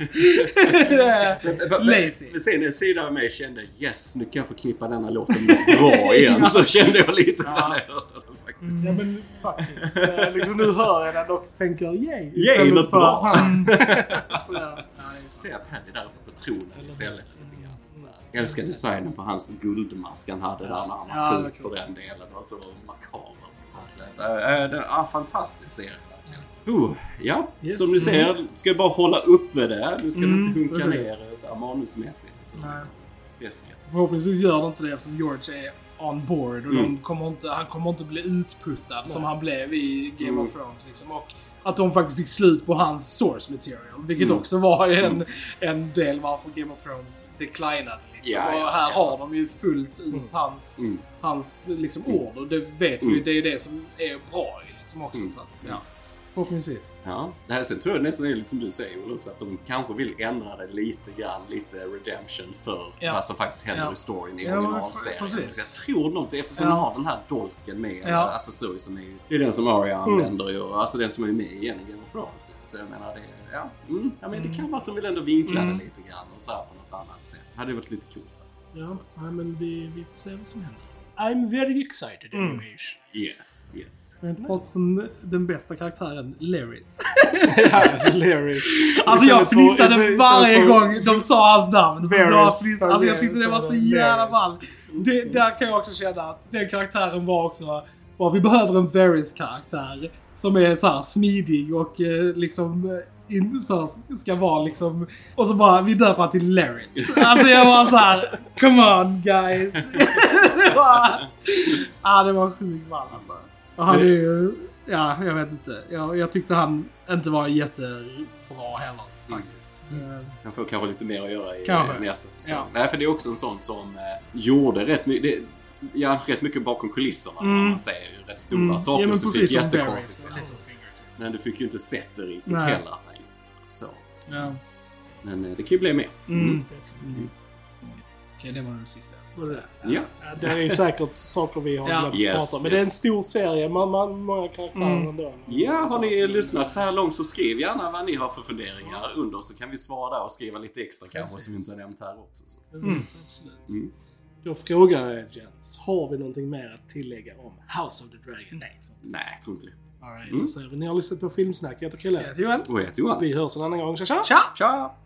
okay, då. Lazy. Men sen en sida av mig kände, yes, nu kan jag förknippa denna låten bra igen. ja. Så kände jag lite ja. där. Mm. Ja, men faktiskt. Eh, liksom, nu hör jag den och tänker yay. Yay, något bra. alltså, ja. Ser jag Paddy där uppe på tronen istället. Jag älskar designen på hans guldmask han hade där när han ja, var på den delen. Det var så makaber. Det är en fantastisk serie. Uh, ja, yes. Som du ser, ska jag bara hålla upp med det. Du ska mm, inte sjunka precis. ner så här manusmässigt. Så nej. Förhoppningsvis gör det inte det eftersom George är on board och mm. de kommer inte, han kommer inte bli utputtad nej. Som han blev i Game mm. of Thrones liksom. Och att de faktiskt fick slut på hans source material, vilket mm. också var en, mm. en del varför Game of Thrones declinade liksom. Ja, ja, och här ja. har de ju fullt ut mm. hans, mm. hans liksom ord och det vet mm. vi, det är det som är bra liksom också mm. så att, ja. Förhoppningsvis. Ja, det här sen tror jag nästan är lite som du säger också, att de kanske vill ändra det lite grann, lite redemption för ja. Vad som faktiskt händer ja. I storyn i ja, originalserien. Jag tror något eftersom ja. De har den här dolken med, ja. Alltså så som är ju, det är den som Arya mm. använder ju, alltså den som är med igen i Game of Thrones. Så jag menar det, ja, mm, ja men det kan vara att de vill ändå vinkla mm. det lite grann och så här på något annat sätt. Det hade varit lite coolt. Ja, ja men vi, vi får se vad som händer. I'm very excited mm. anyways. Yes, yes. Men pratar om den bästa karaktären, Larrys. ja, Larrys. Alltså jag fnissade varje gång de sa hans namn. Så jag, fniss, alltså jag tyckte det var så jävla ball. Det, där kan jag också känna att den karaktären var också, bara, vi behöver en Varys-karaktär som är så här smidig och eh, liksom in, så här, ska vara liksom, och så bara vi döper till Larrys. Alltså jag var så här, come on guys. det var ah, det var sjukt ball alltså. Och han är ju, ja jag vet inte. Jag, jag tyckte han inte var jättebra heller faktiskt. Mm. Han får kanske lite mer att göra i kanske. Nästa säsong. Ja. Nej, för det är också en sån som eh, gjorde rätt mycket, ja, rätt mycket bakom kulisserna. Mm. Man säger ju rätt stora mm. saker. Ja, men så precis fick som jättekonsekvenser. Men du fick ju inte sett det riktigt nej. Heller. Så. Ja. Men eh, det kan ju bli mer. Mm. Definitivt. Okej, det var den sista. Det, Ja. ja, det är säkert saker vi har Ja. glömt Yes, att prata om. Men yes. det är en stor serie. Man, man, många karaktärer Mm. ändå. Ja, har ni Så- lyssnat så här långt så skriv gärna vad ni har för funderingar under så kan vi svara där och skriva lite extra kanske som vi inte har nämnt här också. Så. Precis, Mm. absolut. Mm. Då frågar jag Jens, har vi någonting mer att tillägga om House of the Dragon? Nej. Nej, jag tror inte det. All right, Mm. då säger vi ni har lyssnat på Filmsnack. Jag heter Chrille. Jag heter Johan. Och jag heter Johan. Vi hörs en annan gång. Tja tja! Tja! Tja!